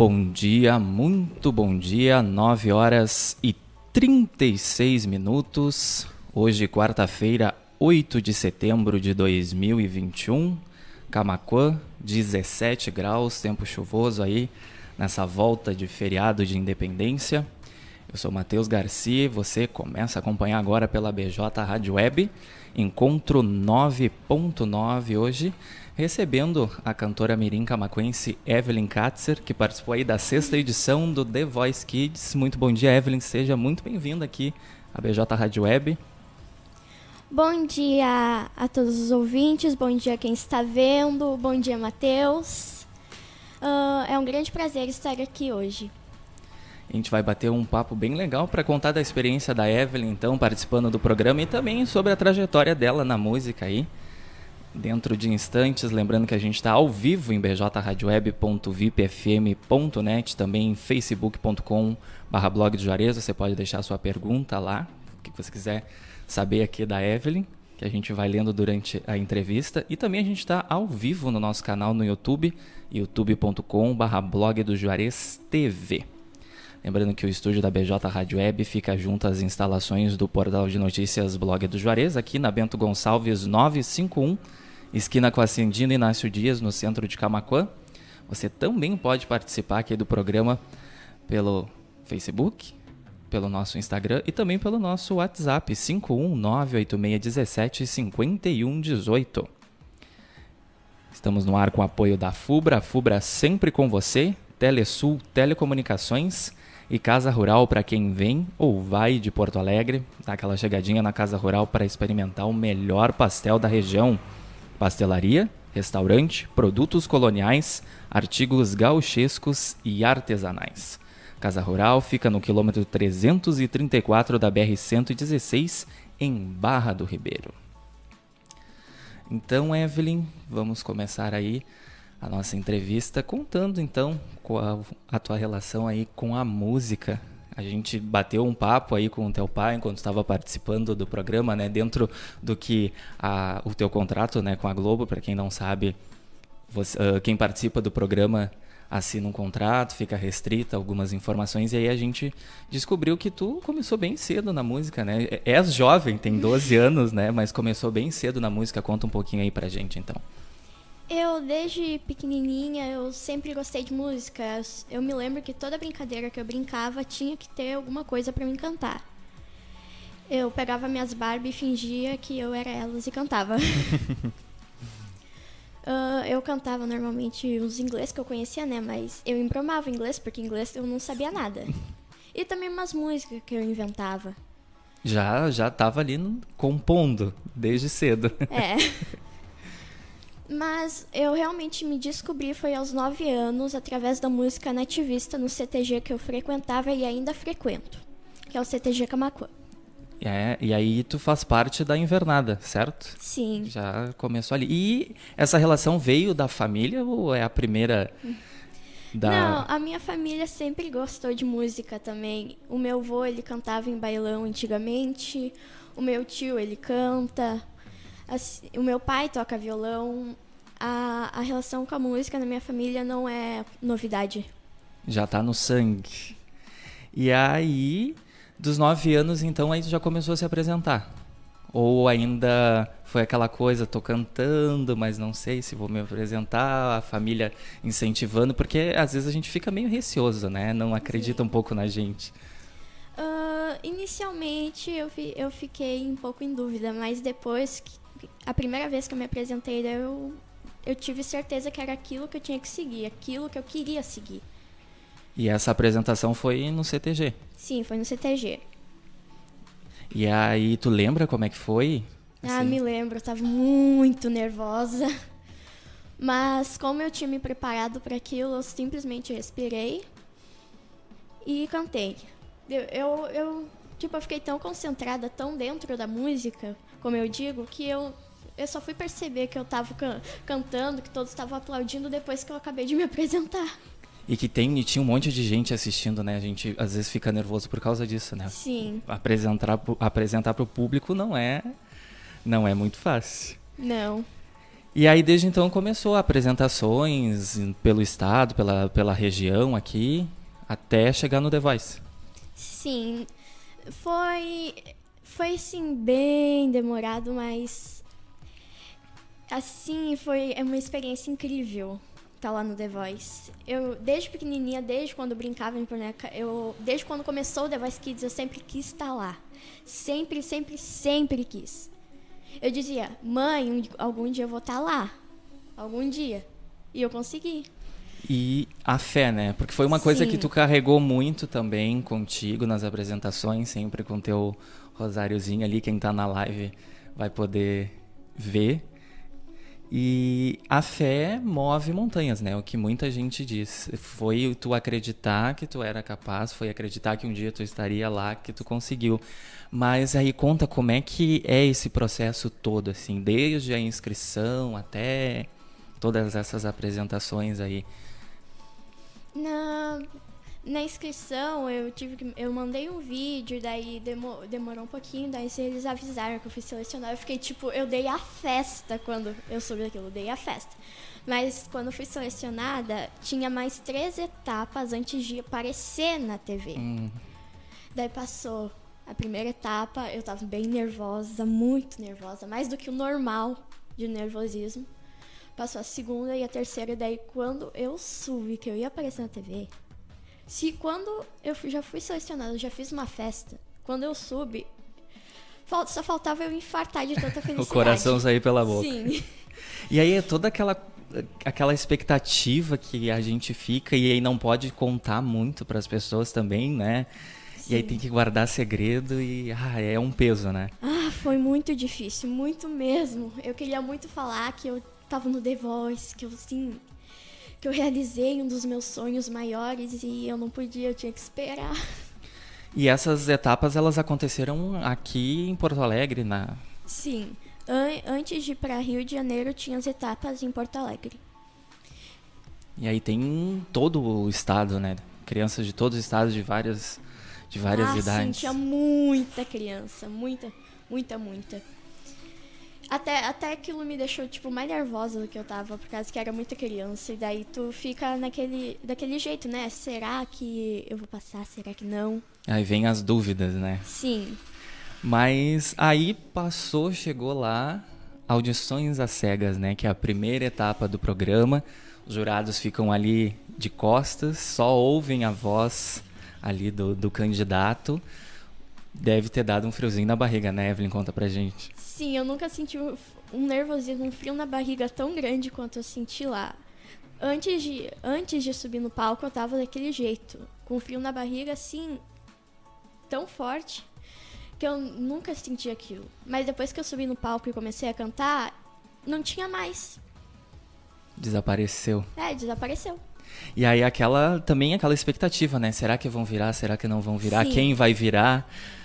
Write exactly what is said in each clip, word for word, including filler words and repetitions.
Bom dia, muito bom dia, nove horas e trinta e seis minutos, hoje quarta-feira, oito de setembro de dois mil e vinte e um, Camaquã, dezessete graus, tempo chuvoso aí, nessa volta de feriado de independência. Eu sou Matheus Garcia e você começa a acompanhar agora pela B J Rádio Web, encontro nove ponto nove hoje, recebendo a cantora mirim camaquense Evelyn Katzer, que participou aí da sexta edição do The Voice Kids. Muito bom dia, Evelyn, seja muito bem-vinda aqui à B J Rádio Web. Bom dia a todos os ouvintes, bom dia a quem está vendo, bom dia, Matheus. Uh, é um grande prazer estar aqui hoje. A gente vai bater um papo bem legal para contar da experiência da Evelyn, então, participando do programa e também sobre a trajetória dela na música aí. Dentro de instantes, lembrando que a gente está ao vivo em b j radio web ponto vip f m ponto net, também em facebook ponto com barra blog do Juarez. Você pode deixar a sua pergunta lá, o que você quiser saber aqui da Evelyn, que a gente vai lendo durante a entrevista. E também a gente está ao vivo no nosso canal no YouTube, youtube ponto com barra blog do Juarez T V. Lembrando que o estúdio da B J Rádio Web fica junto às instalações do portal de notícias Blog do Juarez, aqui na Bento Gonçalves novecentos e cinquenta e um, esquina com a Ascendino Inácio Dias, no centro de Camaquã. Você também pode participar aqui do programa pelo Facebook, pelo nosso Instagram e também pelo nosso WhatsApp, cinco um nove oito seis um sete cinco um um oito. Estamos no ar com o apoio da Fubra, a Fubra sempre com você, Telesul Telecomunicações e Casa Rural para quem vem ou vai de Porto Alegre. Dá aquela chegadinha na Casa Rural para experimentar o melhor pastel da região. Pastelaria, restaurante, produtos coloniais, artigos gauchescos e artesanais. Casa Rural fica no quilômetro trezentos e trinta e quatro da B R cento e dezesseis, em Barra do Ribeiro. Então, Evelyn, vamos começar aí a nossa entrevista contando então qual a tua relação aí com a música. A gente bateu um papo aí com o teu pai enquanto estava participando do programa, né, dentro do que a, o teu contrato, né, com a Globo. Para quem não sabe, você, uh, quem participa do programa assina um contrato, fica restrita a algumas informações, e aí a gente descobriu que tu começou bem cedo na música, né? És jovem, tem doze anos, né, mas começou bem cedo na música. Conta um pouquinho aí pra gente então. Eu, desde pequenininha, eu sempre gostei de música. Eu me lembro que toda brincadeira que eu brincava tinha que ter alguma coisa pra me cantar. Eu pegava minhas Barbie e fingia que eu era elas e cantava. uh, eu cantava normalmente os inglês que eu conhecia, né? Mas eu embromava inglês, porque inglês eu não sabia nada. E também umas músicas que eu inventava. Já, já tava ali no, compondo, desde cedo. É. Mas eu realmente me descobri foi aos nove anos, através da música nativista no C T G que eu frequentava e ainda frequento, que é o C T G Camaquã. É, e aí tu faz parte da invernada, certo? Sim. Já começou ali. E essa relação veio da família ou é a primeira da... Não, a minha família sempre gostou de música também. O meu avô, ele cantava em bailão antigamente, o meu tio, ele canta... Assim, o meu pai toca violão. A, a relação com a música na minha família não é novidade. Já tá no sangue. E aí, dos nove anos, então, aí tu já começou a se apresentar? Ou ainda foi aquela coisa, tô cantando, mas não sei se vou me apresentar, a família incentivando, porque às vezes a gente fica meio receoso, né? Não acredita Sim. um pouco na gente. Uh, inicialmente eu, fi, eu fiquei um pouco em dúvida, mas depois... que a primeira vez que eu me apresentei, eu, eu tive certeza que era aquilo que eu tinha que seguir, aquilo que eu queria seguir. E essa apresentação foi no C T G? Sim, foi no C T G. E aí, tu lembra como é que foi? Ah, assim? me lembro, eu tava muito nervosa. Mas como eu tinha me preparado para aquilo, eu simplesmente respirei e cantei. Eu, eu, eu, tipo, eu fiquei tão concentrada, tão dentro da música... Como eu digo, que eu, eu só fui perceber que eu estava can- cantando, que todos estavam aplaudindo depois que eu acabei de me apresentar. E que tem, e tinha um monte de gente assistindo, né? A gente às vezes fica nervoso por causa disso, né? Sim. Apresentar, apresentar para o público não é, não é muito fácil. Não. E aí, desde então, começou apresentações pelo estado, pela, pela região aqui, até chegar no The Voice. Sim, foi, foi assim, bem demorado, mas assim, foi é uma experiência incrível estar lá no The Voice. Eu, desde pequenininha, desde quando eu brincava em boneca, eu, desde quando começou o The Voice Kids, eu sempre quis estar lá. Sempre, sempre, sempre quis. Eu dizia, mãe, um, algum dia eu vou estar lá. Algum dia. E eu consegui. E a fé, né? Porque foi uma coisa Sim. que tu carregou muito também contigo nas apresentações, sempre com teu rosáriozinho ali, quem tá na live vai poder ver. E a fé move montanhas, né? O que muita gente diz. Foi tu acreditar que tu era capaz, foi acreditar que um dia tu estaria lá, que tu conseguiu. Mas aí conta como é que é esse processo todo, assim, desde a inscrição até todas essas apresentações aí. Na, na inscrição, eu tive que, eu mandei um vídeo, daí demo, demorou um pouquinho, daí eles avisaram que eu fui selecionada. Eu fiquei tipo, eu dei a festa quando eu soube daquilo, eu dei a festa. Mas quando eu fui selecionada, tinha mais três etapas antes de aparecer na T V. Hum. Daí passou a primeira etapa, eu tava bem nervosa, muito nervosa, mais do que o normal de nervosismo. Passou a segunda e a terceira, daí quando eu soube que eu ia aparecer na T V, se quando eu já fui selecionada, eu já fiz uma festa, quando eu soube, só faltava eu infartar de tanta felicidade. O coração sair pela boca. Sim. E aí é toda aquela, aquela expectativa que a gente fica e aí não pode contar muito para as pessoas também, né? Sim. E aí tem que guardar segredo e ah, é um peso, né? Ah, foi muito difícil, muito mesmo. Eu queria muito falar que eu tava no The Voice, que eu, assim, que eu realizei um dos meus sonhos maiores e eu não podia, eu tinha que esperar. E essas etapas, elas aconteceram aqui em Porto Alegre, na... Sim. An- antes de ir para Rio de Janeiro, tinha as etapas em Porto Alegre. E aí tem todo o estado, né? Crianças de todos os estados, de várias, de várias ah, idades. Sim, tinha muita criança, muita, muita, muita. Até, até aquilo me deixou, tipo, mais nervosa do que eu tava, por causa que era muita criança. E daí tu fica naquele, daquele jeito, né? Será que eu vou passar? Será que não? Aí vem as dúvidas, né? Sim. Mas aí passou, chegou lá, Audições às Cegas, né? Que é a primeira etapa do programa. Os jurados ficam ali de costas, só ouvem a voz ali do, do candidato. Deve ter dado um friozinho na barriga, né, Evelyn? Conta pra gente. Sim, eu nunca senti um nervosismo, um frio na barriga tão grande quanto eu senti lá. Antes de, antes de subir no palco, eu tava daquele jeito, com frio na barriga, assim, tão forte, que eu nunca senti aquilo. Mas depois que eu subi no palco e comecei a cantar, não tinha mais. Desapareceu. É, desapareceu. E aí aquela, também aquela expectativa, né? Será que vão virar? Será que não vão virar? Sim. Quem vai virar?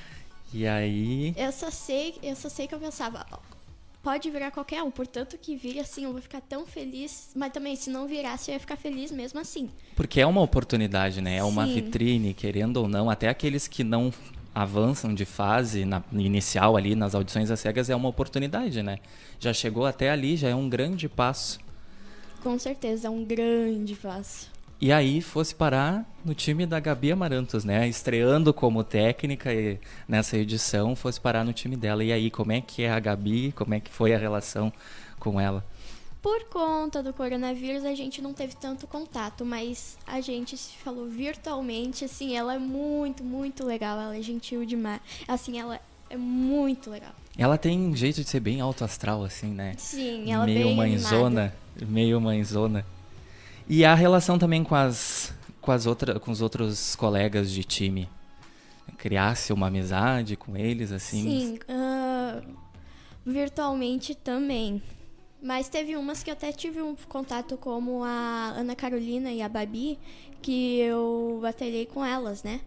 E aí... Eu só sei, eu só sei que eu pensava, pode virar qualquer um, portanto que vire assim, eu vou ficar tão feliz. Mas também, se não virasse, eu ia ficar feliz mesmo assim. Porque é uma oportunidade, né? É uma Sim. vitrine, querendo ou não. Até aqueles que não avançam de fase na, inicial ali, nas Audições às Cegas, é uma oportunidade, né? Já chegou até ali, já é um grande passo. Com certeza, é um grande passo. E aí fosse parar no time da Gabi Amarantos, né? Estreando como técnica e nessa edição, fosse parar no time dela. E aí, como é que é a Gabi? Como é que foi a relação com ela? Por conta do coronavírus, a gente não teve tanto contato, mas a gente se falou virtualmente, assim, ela é muito, muito legal, ela é gentil demais. Assim, ela é muito legal. Ela tem jeito de ser bem alto astral, assim, né? Sim, ela é meio bem mãezona, animada. meio mãezona. E a relação também com as com as outras com os outros colegas de time, criasse uma amizade com eles assim? Sim, uh, virtualmente também. Mas teve umas que eu até tive um contato, como a Ana Carolina e a Babi, que eu batalhei com elas, né?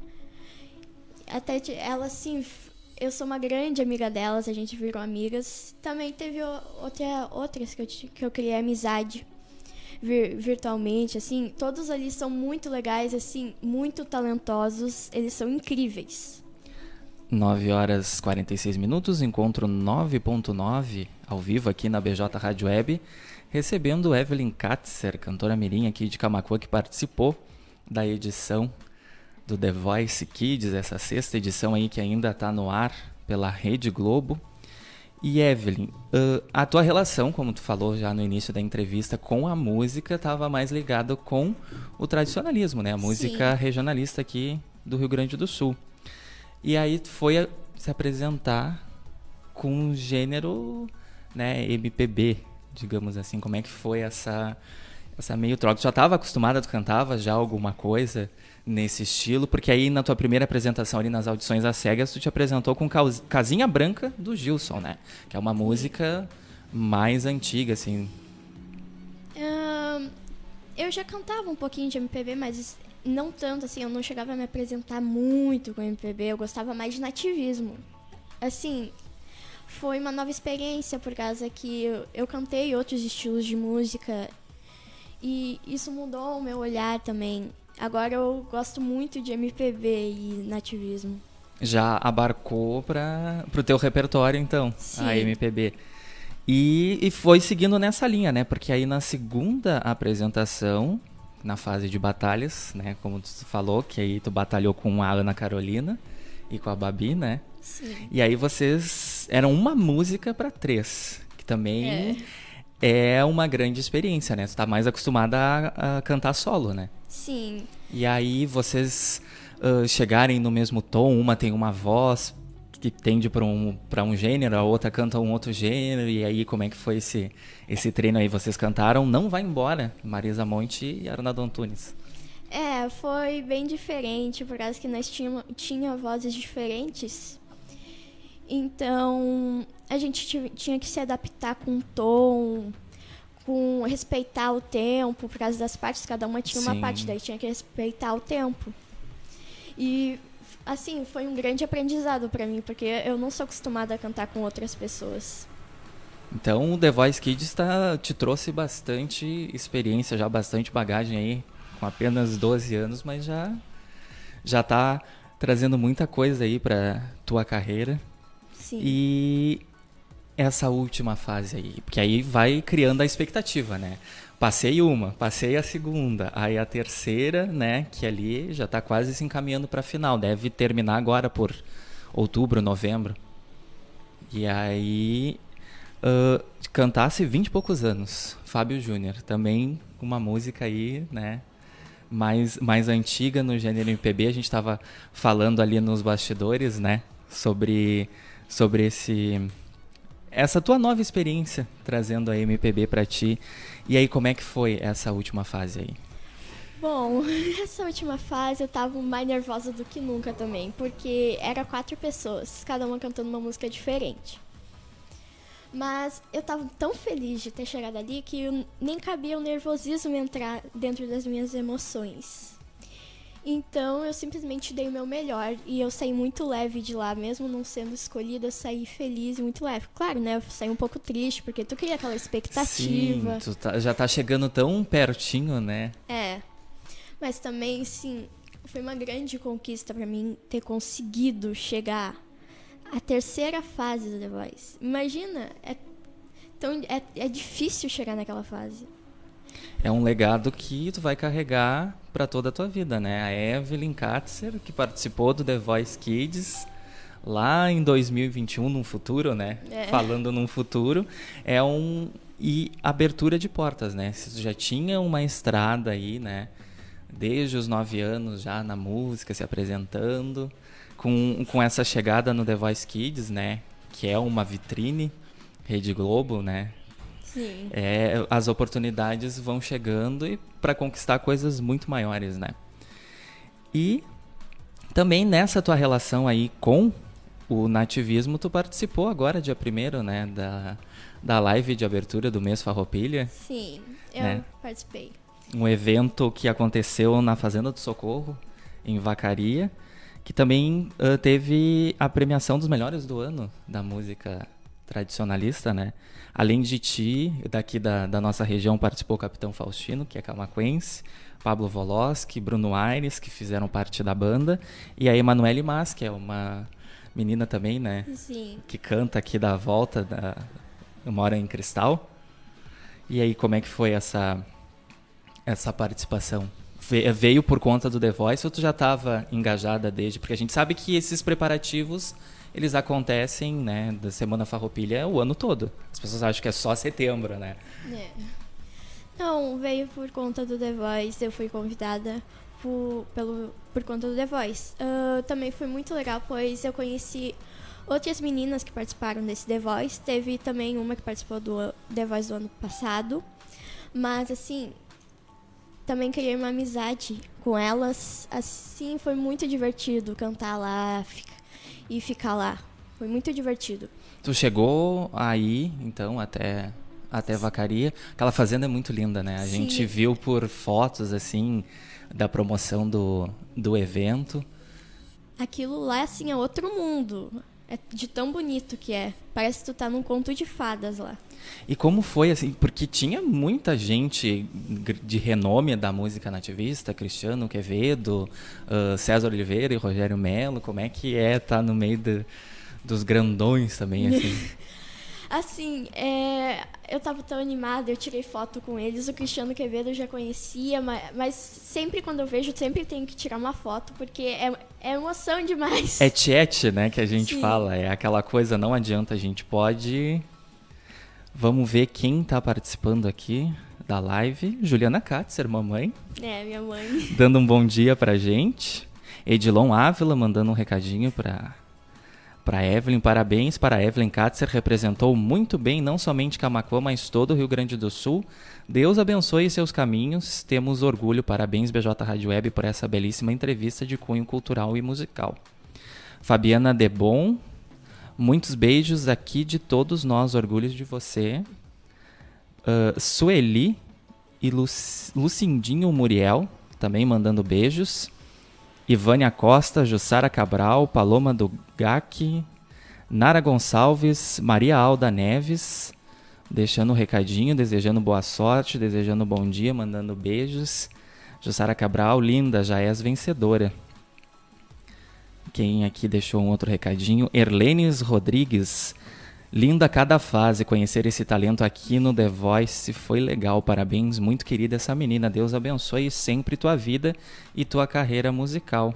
Até elas, sim, eu sou uma grande amiga delas, a gente virou amigas. Também teve outra, outras que eu, que eu criei amizade vir, virtualmente, assim. Todos ali são muito legais, assim, muito talentosos, eles são incríveis. nove horas e quarenta e seis minutos, encontro nove ponto nove ao vivo aqui na B J Rádio Web, recebendo Evelyn Katzer, cantora mirim aqui de Camaquã, que participou da edição do The Voice Kids, essa sexta edição aí que ainda está no ar pela Rede Globo. E Evelyn, uh, a tua relação, como tu falou já no início da entrevista, com a música estava mais ligada com o tradicionalismo, né? A música Sim. regionalista aqui do Rio Grande do Sul. E aí tu foi a, se apresentar com um gênero, né, M P B, digamos assim. Como é que foi essa, essa meio troca? Tu já estava acostumada, tu cantava já alguma coisa nesse estilo? Porque aí na tua primeira apresentação ali nas audições às cegas, tu te apresentou com Casinha Branca do Gilson, né? Que é uma música mais antiga, assim. Uh, eu já cantava um pouquinho de M P B, mas não tanto, assim, eu não chegava a me apresentar muito com M P B, eu gostava mais de nativismo. Assim, foi uma nova experiência, por causa que eu, eu cantei outros estilos de música e isso mudou o meu olhar também. Agora eu gosto muito de M P B e nativismo. Já abarcou para o teu repertório, então, Sim. a M P B. E, e foi seguindo nessa linha, né? Porque aí na segunda apresentação, na fase de batalhas, né? Como tu falou, que aí tu batalhou com a Ana Carolina e com a Babi, né? Sim. E aí vocês eram uma música para três, que também é. é uma grande experiência, né? Tu tá mais acostumada a, a cantar solo, né? Sim. E aí vocês uh, chegarem no mesmo tom, uma tem uma voz que tende para um, para um gênero, a outra canta um outro gênero, e aí como é que foi esse, esse treino aí? Vocês cantaram Não Vai Embora, Marisa Monte e Arnaldo Antunes. É, foi bem diferente, por causa que nós tínhamos tinha vozes diferentes. Então, a gente t- tinha que se adaptar com o tom, com respeitar o tempo, por causa das partes, cada uma tinha Sim. uma parte, daí tinha que respeitar o tempo. E, assim, foi um grande aprendizado para mim, porque eu não sou acostumada a cantar com outras pessoas. Então, o The Voice Kids tá, te trouxe bastante experiência, já bastante bagagem aí, com apenas doze anos, mas já, já tá trazendo muita coisa aí pra tua carreira. Sim. E essa última fase aí, porque aí vai criando a expectativa, né? Passei uma, passei a segunda, aí a terceira, né? Que ali já tá quase se encaminhando pra final, deve terminar agora por outubro, novembro. E aí, uh, cantasse vinte e poucos anos, Fábio Júnior, também uma música aí, né? Mais, mais antiga no gênero M P B, a gente tava falando ali nos bastidores, né? Sobre, sobre esse... essa tua nova experiência trazendo a M P B pra ti. E aí, como é que foi essa última fase aí? Bom, essa última fase eu tava mais nervosa do que nunca também, porque era quatro pessoas, cada uma cantando uma música diferente. Mas eu tava tão feliz de ter chegado ali que eu, nem cabia o nervosismo entrar dentro das minhas emoções. Então eu simplesmente dei o meu melhor e eu saí muito leve de lá, mesmo não sendo escolhida, eu saí feliz e muito leve. Claro, né, eu saí um pouco triste, porque tu cria aquela expectativa. Sim, tu tá, já tá chegando tão pertinho, né? É, mas também, sim, foi uma grande conquista pra mim ter conseguido chegar à terceira fase do The Voice. Imagina, é, tão, é, é difícil chegar naquela fase. É um legado que tu vai carregar para toda a tua vida, né? A Evelyn Katzer, que participou do The Voice Kids lá em dois mil e vinte e um, num futuro, né? É. Falando num futuro, é um... E abertura de portas, né? Se tu já tinha uma estrada aí, né? Desde os nove anos já na música, se apresentando, com, com essa chegada no The Voice Kids, né? Que é uma vitrine, Rede Globo, né? Sim. É, as oportunidades vão chegando e para conquistar coisas muito maiores, né? E também nessa tua relação aí com o nativismo, tu participou agora, dia primeiro, né? Da, da live de abertura do mês Farroupilha. Sim, eu né? participei. Um evento que aconteceu na Fazenda do Socorro, em Vacaria, que também uh, teve a premiação dos melhores do ano da música tradicionalista, né? Além de ti, daqui da, da nossa região participou o Capitão Faustino, que é camaquense, Pablo Voloski, Bruno Aires, que fizeram parte da banda, e a Emanuele Mas, que é uma menina também, né? Sim. Que canta aqui da volta, da... mora em Cristal. E aí, como é que foi essa, essa participação? Veio por conta do The Voice ou tu já estava engajada desde? Porque a gente sabe que esses preparativos, eles acontecem, né, da Semana Farroupilha o ano todo. As pessoas acham que é só setembro, né? É. Não, veio por conta do The Voice. Eu fui convidada por, pelo, por conta do The Voice. Uh, também foi muito legal, pois eu conheci outras meninas que participaram desse The Voice. Teve também uma que participou do The Voice do ano passado. Mas, assim, também criei uma amizade com elas. Assim, foi muito divertido cantar lá fica, e ficar lá. Foi muito divertido. Tu chegou aí, então, até, até Vacaria. Aquela fazenda é muito linda, né? A Sim. gente viu por fotos, assim, da promoção do, do evento. Aquilo lá, assim, é outro mundo. É de tão bonito que é. Parece que tu tá num conto de fadas lá. E como foi, assim, porque tinha muita gente de renome da música nativista, Cristiano Quevedo, uh, César Oliveira e Rogério Melo. Como é que é estar no meio de, dos grandões também, assim? Assim, é, eu tava tão animada, eu tirei foto com eles. O Cristiano Quevedo eu já conhecia, mas, mas sempre quando eu vejo, sempre tenho que tirar uma foto, porque é, é emoção demais. É chat, né, que a gente Sim. fala. É aquela coisa, não adianta, a gente pode... Vamos ver quem tá participando aqui da live. Juliana Katzer, mamãe. É, minha mãe. Dando um bom dia pra gente. Edilon Ávila mandando um recadinho pra... Para Evelyn, parabéns para a Evelyn Katzer, representou muito bem não somente Camaquã, mas todo o Rio Grande do Sul. Deus abençoe seus caminhos, temos orgulho, parabéns B J Rádio Web por essa belíssima entrevista de cunho cultural e musical. Fabiana Debon, muitos beijos aqui de todos nós, orgulhos de você. Uh, Sueli e Lu- Lucindinho Muriel, também mandando beijos. Ivânia Costa, Jussara Cabral, Paloma do Gac, Nara Gonçalves, Maria Alda Neves, deixando um recadinho, desejando boa sorte, desejando bom dia, mandando beijos. Jussara Cabral, linda, já és vencedora. Quem aqui deixou um outro recadinho? Erlenes Rodrigues, linda cada fase, conhecer esse talento aqui no The Voice foi legal, parabéns, muito querida essa menina, Deus abençoe sempre tua vida e tua carreira musical.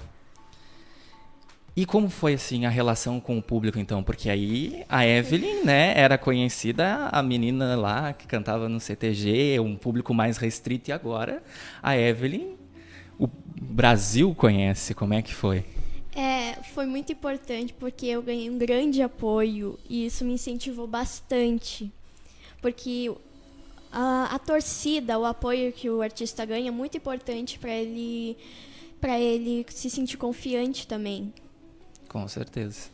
E como foi, assim, a relação com o público, então? Porque aí a Evelyn, né, era conhecida, a menina lá que cantava no C T G, um público mais restrito, e agora a Evelyn, o Brasil conhece, como é que foi? É, foi muito importante porque eu ganhei um grande apoio e isso me incentivou bastante. Porque a, a torcida, o apoio que o artista ganha é muito importante para ele, para ele se sentir confiante também. Com certeza.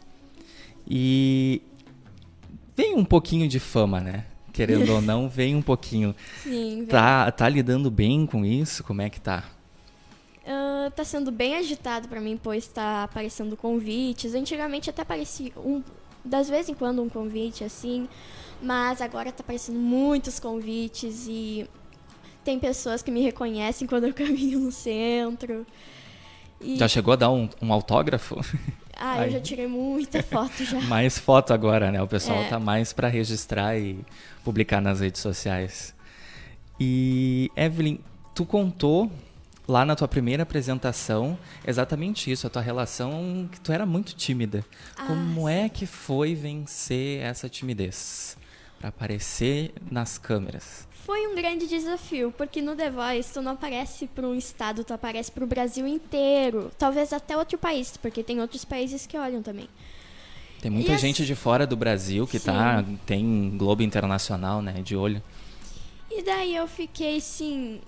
E vem um pouquinho de fama, né? Querendo ou não, vem um pouquinho. Sim, tá, tá lidando bem com isso? Como é que tá? Uh, tá sendo bem agitado pra mim, pois tá aparecendo convites. Antigamente até aparecia, um, das vezes em quando, um convite, assim. Mas agora tá aparecendo muitos convites e tem pessoas que me reconhecem quando eu caminho no centro. E... Já chegou a dar um, um autógrafo? Ah, eu já tirei muita foto já. Mais foto agora, né? O pessoal É. tá mais pra registrar e publicar nas redes sociais. E, Evelyn, tu contou lá na tua primeira apresentação exatamente isso, a tua relação, que tu era muito tímida. Ah, Como sim. é que foi vencer essa timidez pra aparecer nas câmeras? Foi um grande desafio, porque no The Voice tu não aparece para um estado, tu aparece para o Brasil inteiro. Talvez até outro país, porque tem outros países que olham também. Tem muita E gente assim- de fora do Brasil que Sim. tá, tem Globo Internacional, né, de olho. E daí eu fiquei assim...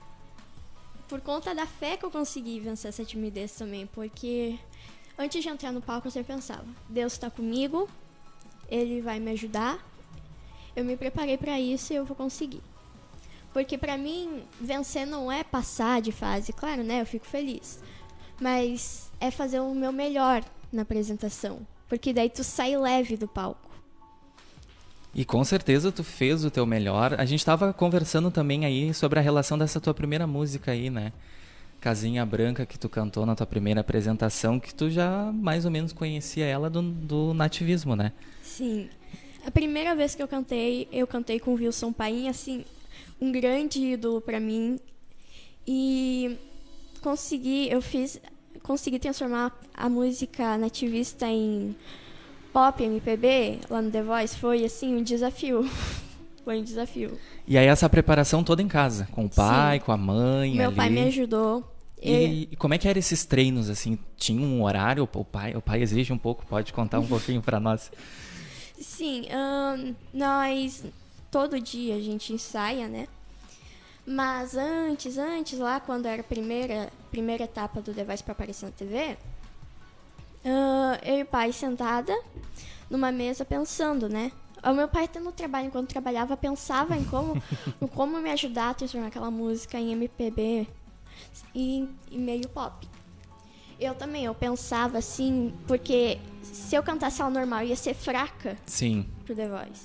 Por conta da fé que eu consegui vencer essa timidez também, porque antes de entrar no palco eu sempre pensava, Deus está comigo, Ele vai me ajudar, eu me preparei para isso e eu vou conseguir. Porque pra mim, vencer não é passar de fase, claro, né, eu fico feliz, mas é fazer o meu melhor na apresentação, porque daí tu sai leve do palco. E com certeza tu fez o teu melhor. A gente tava conversando também aí sobre a relação dessa tua primeira música aí, né? Casinha Branca, que tu cantou na tua primeira apresentação, que tu já mais ou menos conhecia ela do, do nativismo, né? Sim. A primeira vez que eu cantei, eu cantei com o Wilson Paim, assim, um grande ídolo pra mim. E consegui, eu fiz, consegui transformar a música nativista em pop, M P B, lá no The Voice. Foi, assim, um desafio. Foi um desafio. E aí essa preparação toda em casa, com o pai, Sim. com a mãe. Meu ali. pai me ajudou. E, e como é que eram esses treinos, assim? Tinha um horário? O pai, o pai exige um pouco, pode contar um pouquinho pra nós? Sim, hum, nós todo dia a gente ensaia, né? Mas antes, antes, lá quando era a primeira, primeira etapa do The Voice pra aparecer na T V, hum, eu e o pai sentada numa mesa pensando, né? O meu pai, até no trabalho, enquanto trabalhava, pensava em como, em como me ajudar a transformar aquela música em M P B e, e meio pop. Eu também, eu pensava assim, porque se eu cantasse ela normal, ia ser fraca. Sim. Pro The Voice.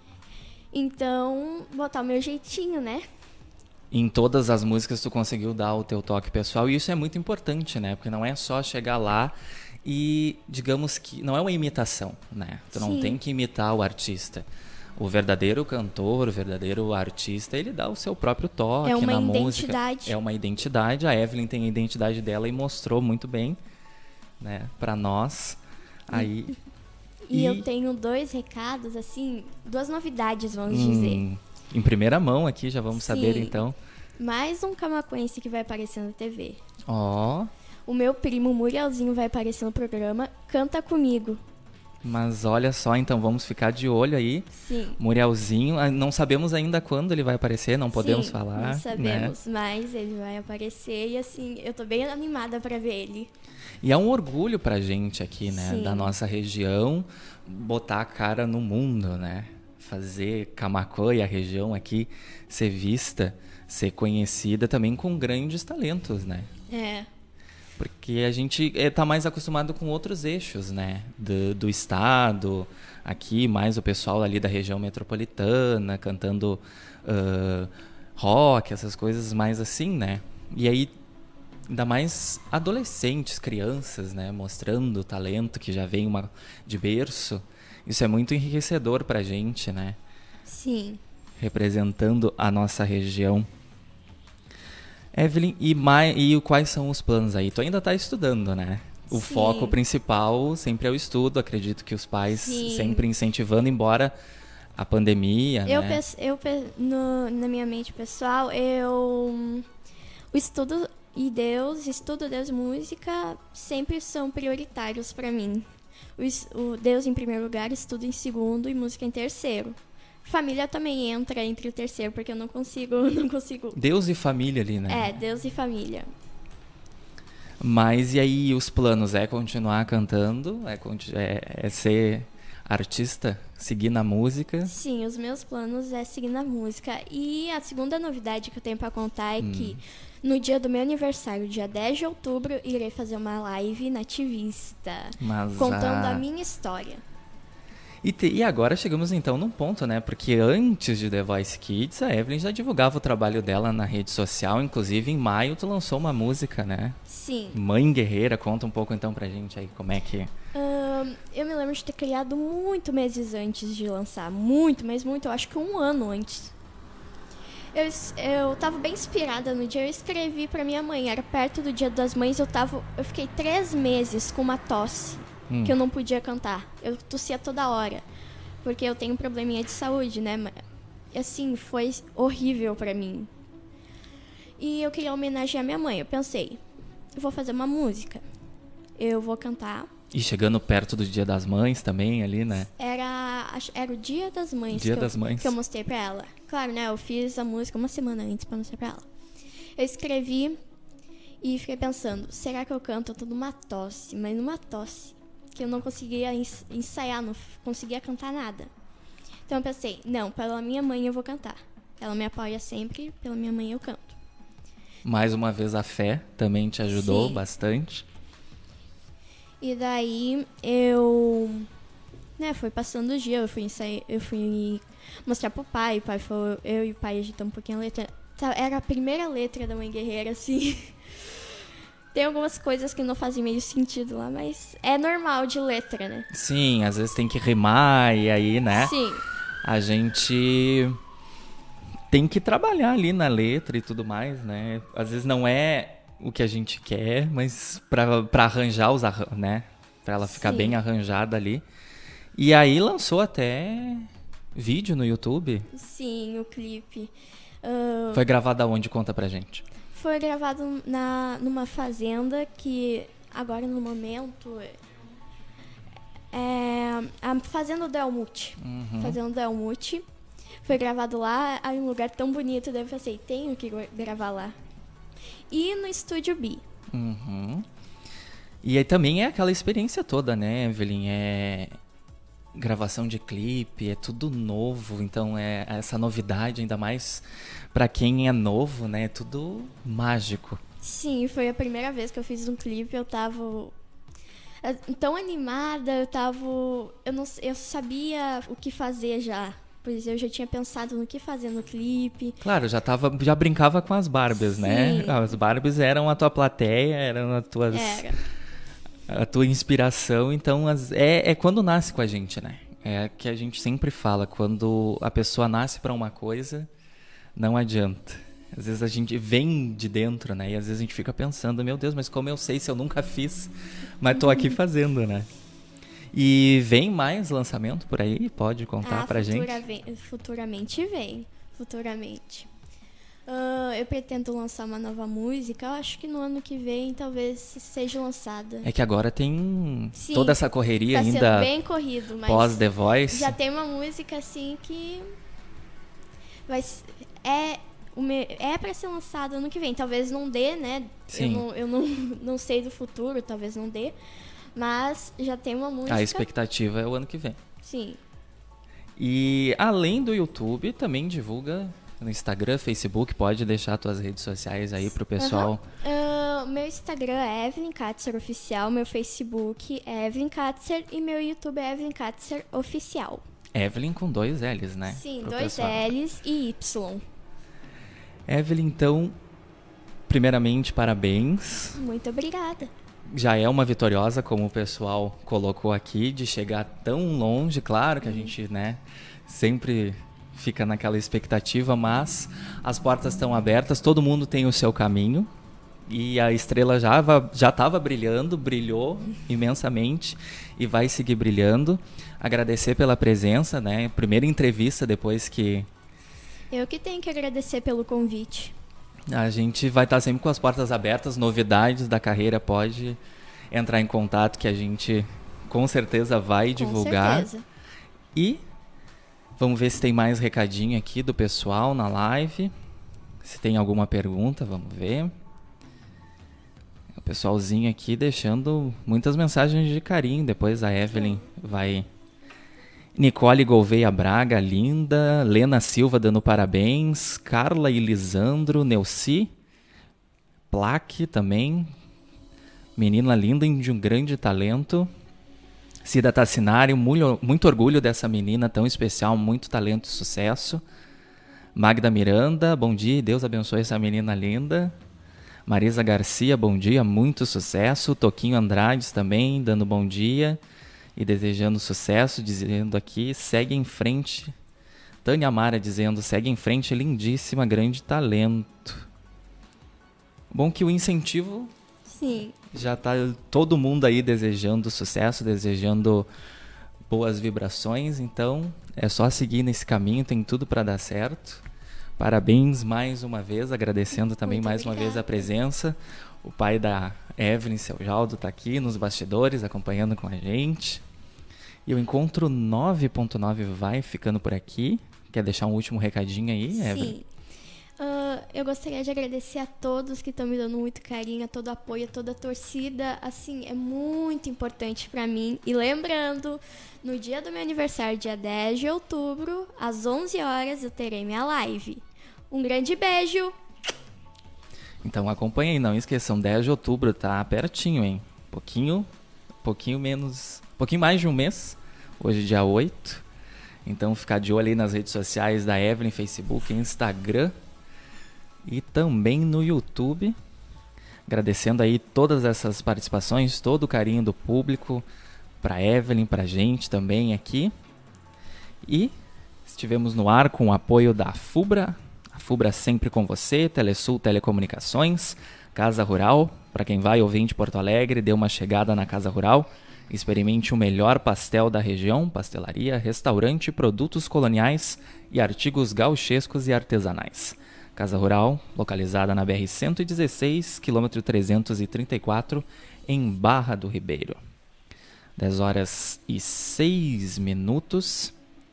Então, botar o meu jeitinho, né? Em todas as músicas tu conseguiu dar o teu toque pessoal, e isso é muito importante, né? Porque não é só chegar lá e, digamos que, não é uma imitação, né? Tu não Sim. tem que imitar o artista. O verdadeiro cantor, o verdadeiro artista, ele dá o seu próprio toque É uma na identidade. música. É uma identidade. A Evelyn tem a identidade dela e mostrou muito bem, né, pra nós. Aí, E, e eu tenho dois recados, assim, duas novidades, vamos hum, dizer. em primeira mão aqui, já vamos Sim. saber então. Mais um camaquense que vai aparecer na T V. Ó, oh, O meu primo Murielzinho vai aparecer no programa Canta Comigo. mas olha só, então vamos ficar de olho aí. Sim. Murielzinho, ah, não sabemos ainda quando ele vai aparecer, não podemos Sim, falar. não sabemos, né? mas ele vai aparecer e assim, eu tô bem animada pra ver ele. E é um orgulho pra gente aqui, né, Sim. da nossa região, botar a cara no mundo, né? Fazer Camaquã e a região aqui ser vista, ser conhecida também com grandes talentos, né? É. Porque a gente está mais acostumado com outros eixos, né? Do, do estado, aqui mais o pessoal ali da região metropolitana, cantando uh, rock, essas coisas mais assim, né? E aí, ainda mais adolescentes, crianças, né? Mostrando o talento que já vem uma, de berço. Isso é muito enriquecedor pra gente, né? Sim. Representando a nossa região. Evelyn, e, mai, e quais são os planos aí? Tu ainda está estudando, né? O Sim. foco principal sempre é o estudo. Acredito que os pais Sim. sempre incentivando, embora a pandemia, Eu, né? penso, eu pe- no, na minha mente pessoal, eu o estudo e Deus, estudo, Deus e música sempre são prioritários para mim. O, es- o Deus em primeiro lugar, estudo em segundo e música em terceiro. Família também entra entre o terceiro, porque eu não consigo, não consigo. Deus e família ali, né? É, Deus e família. Mas e aí os planos? É continuar cantando? É, conti- é, é ser artista? Seguir na música? Sim, os meus planos é seguir na música. E a segunda novidade que eu tenho pra contar é Hum. que no dia do meu aniversário, dia dez de outubro, irei fazer uma live nativista, Mas contando a... a minha história. E, te, e agora chegamos então num ponto, né? Porque antes de The Voice Kids, a Evelyn já divulgava o trabalho dela na rede social. Inclusive, em maio, tu lançou uma música, né? Sim. Mãe Guerreira. Conta um pouco então pra gente aí como é que... Ahn, eu me lembro de ter criado muito meses antes de lançar. Muito, mas muito. Eu acho que um ano antes. Eu, es- eu tava bem inspirada no dia. Eu escrevi pra minha mãe. Era perto do Dia das Mães. Eu, tava, eu fiquei três meses com uma tosse. Hum. Que eu não podia cantar. Eu tossia toda hora. Porque eu tenho um probleminha de saúde, né? Mas, assim, foi horrível pra mim. E eu queria homenagear minha mãe. Eu pensei, eu vou fazer uma música. Eu vou cantar. E chegando perto do Dia das Mães também ali, né? Era, acho- era o Dia das Mães, Dia que, das eu, Mães. que eu mostrei pra ela. Claro, né? Eu fiz a música uma semana antes pra mostrar pra ela. Eu escrevi e fiquei pensando, será que eu canto? Eu tô numa tosse, mas numa tosse. Que eu não conseguia ens- ensaiar, não f- conseguia cantar nada. Então eu pensei, não, pela minha mãe eu vou cantar. Ela me apoia sempre, pela minha mãe eu canto. Mais uma vez a fé também te ajudou Sim. bastante. E daí eu, né, foi passando o dia, eu fui ensaiar, eu fui mostrar pro pai, o pai falou, eu e o pai agitamos um pouquinho a letra. Tá, era a primeira letra da Mãe Guerreira, assim. Tem algumas coisas que não fazem meio sentido lá, mas é normal de letra, né? Sim, às vezes tem que rimar e aí, né? Sim. A gente tem que trabalhar ali na letra e tudo mais, né? Às vezes não é o que a gente quer, mas pra, pra arranjar os arran- né? Pra ela ficar Sim. bem arranjada ali. E aí lançou até vídeo no YouTube. Sim, o clipe. Ah, Foi gravado aonde? Conta pra gente. foi gravado na, numa fazenda que agora no momento é a Fazenda do Elmute. Uhum. Fazenda do Elmute. Foi gravado lá, em um lugar tão bonito, daí eu pensei, tenho que gravar lá. E no Estúdio B. Uhum. E aí também é aquela experiência toda, né, Evelyn? É gravação de clipe, é tudo novo, então é essa novidade, ainda mais pra quem é novo, né? É tudo mágico. Sim, foi a primeira vez que eu fiz um clipe, eu tava eh, tão animada, eu tava. Eu, não, eu sabia o que fazer já. Pois eu já tinha pensado no que fazer no clipe. Claro, já tava, já brincava com as Barbies, né? Sim. As Barbies eram a tua plateia, eram as tuas, Era. a tua inspiração, então as, é, é quando nasce com a gente, né? É que a gente sempre fala, quando a pessoa nasce pra uma coisa, não adianta. Às vezes a gente vem de dentro, né? E às vezes a gente fica pensando, meu Deus, mas como eu sei se eu nunca fiz? Mas tô aqui fazendo, né? E vem mais lançamento por aí? Pode contar Ah, pra futura gente? vem- futuramente vem. Futuramente. Ah, eu pretendo lançar uma nova música. Eu acho que no ano que vem talvez seja lançada. É que agora tem Sim, toda essa correria tá sendo ainda bem corrido, mas pós The Voice. já tem uma música assim que vai s- é o me- é para ser lançada ano que vem. Talvez não dê, né? Sim. Eu, não, eu não, não sei do futuro, talvez não dê. Mas já tem uma música. A expectativa é o ano que vem. Sim. E além do YouTube, também divulga no Instagram, Facebook, pode deixar tuas redes sociais aí pro pessoal. Ah, meu Instagram é Evelyn Katzer Oficial, meu Facebook é Evelyn Katzer e meu YouTube é Evelyn Katzer Oficial. Evelyn com dois L's, né? Sim, Pro dois pessoal. L's e Y. Evelyn, então, primeiramente, parabéns. Muito obrigada. Já é uma vitoriosa, como o pessoal colocou aqui, de chegar tão longe. Claro que a gente, né, sempre fica naquela expectativa, mas as portas estão abertas, todo mundo tem o seu caminho. E a estrela já va- já estava brilhando, brilhou imensamente e vai seguir brilhando. Agradecer pela presença, né? Primeira entrevista depois que Eu que tenho que agradecer pelo convite. a gente vai estar sempre com as portas abertas, novidades da carreira, pode entrar em contato que a gente com certeza vai divulgar. Com certeza. E vamos ver se tem mais recadinho aqui do pessoal na live. Se tem alguma pergunta, vamos ver. O pessoalzinho aqui deixando muitas mensagens de carinho. Depois a Evelyn vai... Nicole Gouveia Braga, linda. Lena Silva dando parabéns. Carla e Lisandro, Neuci. Plaque também. Menina linda e de um grande talento. Cida Tassinari, muito, muito orgulho dessa menina tão especial, muito talento e sucesso. Magda Miranda, bom dia, Deus abençoe essa menina linda. Marisa Garcia, bom dia, muito sucesso. Toquinho Andrades também, dando bom dia e desejando sucesso, dizendo aqui, segue em frente. Tânia Mara dizendo, segue em frente, lindíssima, grande talento. Bom que o incentivo Sim. já tá todo mundo aí desejando sucesso, desejando boas vibrações, então é só seguir nesse caminho, tem tudo para dar certo. Parabéns mais uma vez, agradecendo também Muito mais uma obrigada. vez a presença. O pai da Evelyn, seu Jaldo, tá aqui nos bastidores acompanhando com a gente. E o Encontro nove ponto nove vai ficando por aqui. Quer deixar um último recadinho aí, Evelyn? Sim. Ah, eu gostaria de agradecer a todos que estão me dando muito carinho, a todo apoio, a toda a torcida. Assim, é muito importante pra mim. E lembrando, no dia do meu aniversário, dia dez de outubro, às onze horas, eu terei minha live. Um grande beijo! Então acompanha aí, não esqueçam, dez de outubro, tá pertinho, hein? Pouquinho, pouquinho menos, pouquinho mais de um mês, hoje dia oito. Então ficar de olho aí nas redes sociais da Evelyn, Facebook, Instagram e também no YouTube. Agradecendo aí todas essas participações, todo o carinho do público, para Evelyn, para a gente também aqui. E estivemos no ar com o apoio da FUBRA, a FUBRA sempre com você, Telesul Telecomunicações, Casa Rural. Para quem vai ou vem de Porto Alegre, dê uma chegada na Casa Rural, experimente o melhor pastel da região, pastelaria, restaurante, produtos coloniais e artigos gauchescos e artesanais. Casa Rural, localizada na B R cento e dezesseis, quilômetro trezentos e trinta e quatro, em Barra do Ribeiro. dez horas e seis minutos.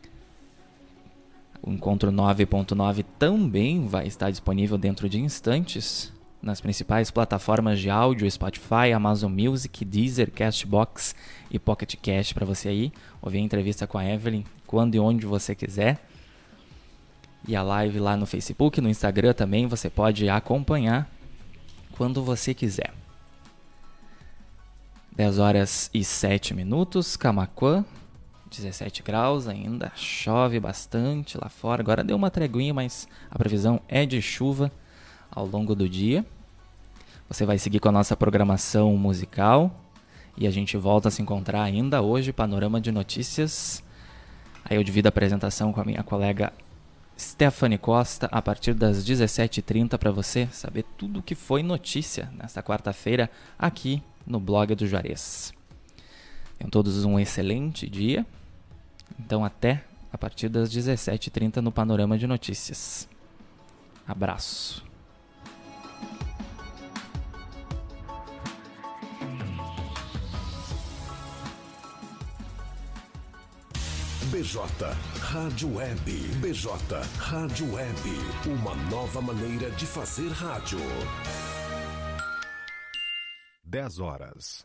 O Encontro nove ponto nove também vai estar disponível dentro de instantes nas principais plataformas de áudio, Spotify, Amazon Music, Deezer, Castbox e Pocket Cast, para você aí ouvir a entrevista com a Evelyn quando e onde você quiser. E a live lá no Facebook, no Instagram também você pode acompanhar quando você quiser. dez horas e sete minutos, Camaquã, dezessete graus ainda, chove bastante lá fora. Agora deu uma treguinha, mas a previsão é de chuva ao longo do dia. Você vai seguir com a nossa programação musical e a gente volta a se encontrar ainda hoje, Panorama de Notícias. Aí eu divido a apresentação com a minha colega Stephanie Costa a partir das dezessete e trinta para você saber tudo o que foi notícia nesta quarta-feira aqui no blog do Juarez. Tenham todos um excelente dia. Então até a partir das dezessete e trinta no Panorama de Notícias. Abraço. B J Rádio Web. B J Rádio Web. Uma nova maneira de fazer rádio. dez horas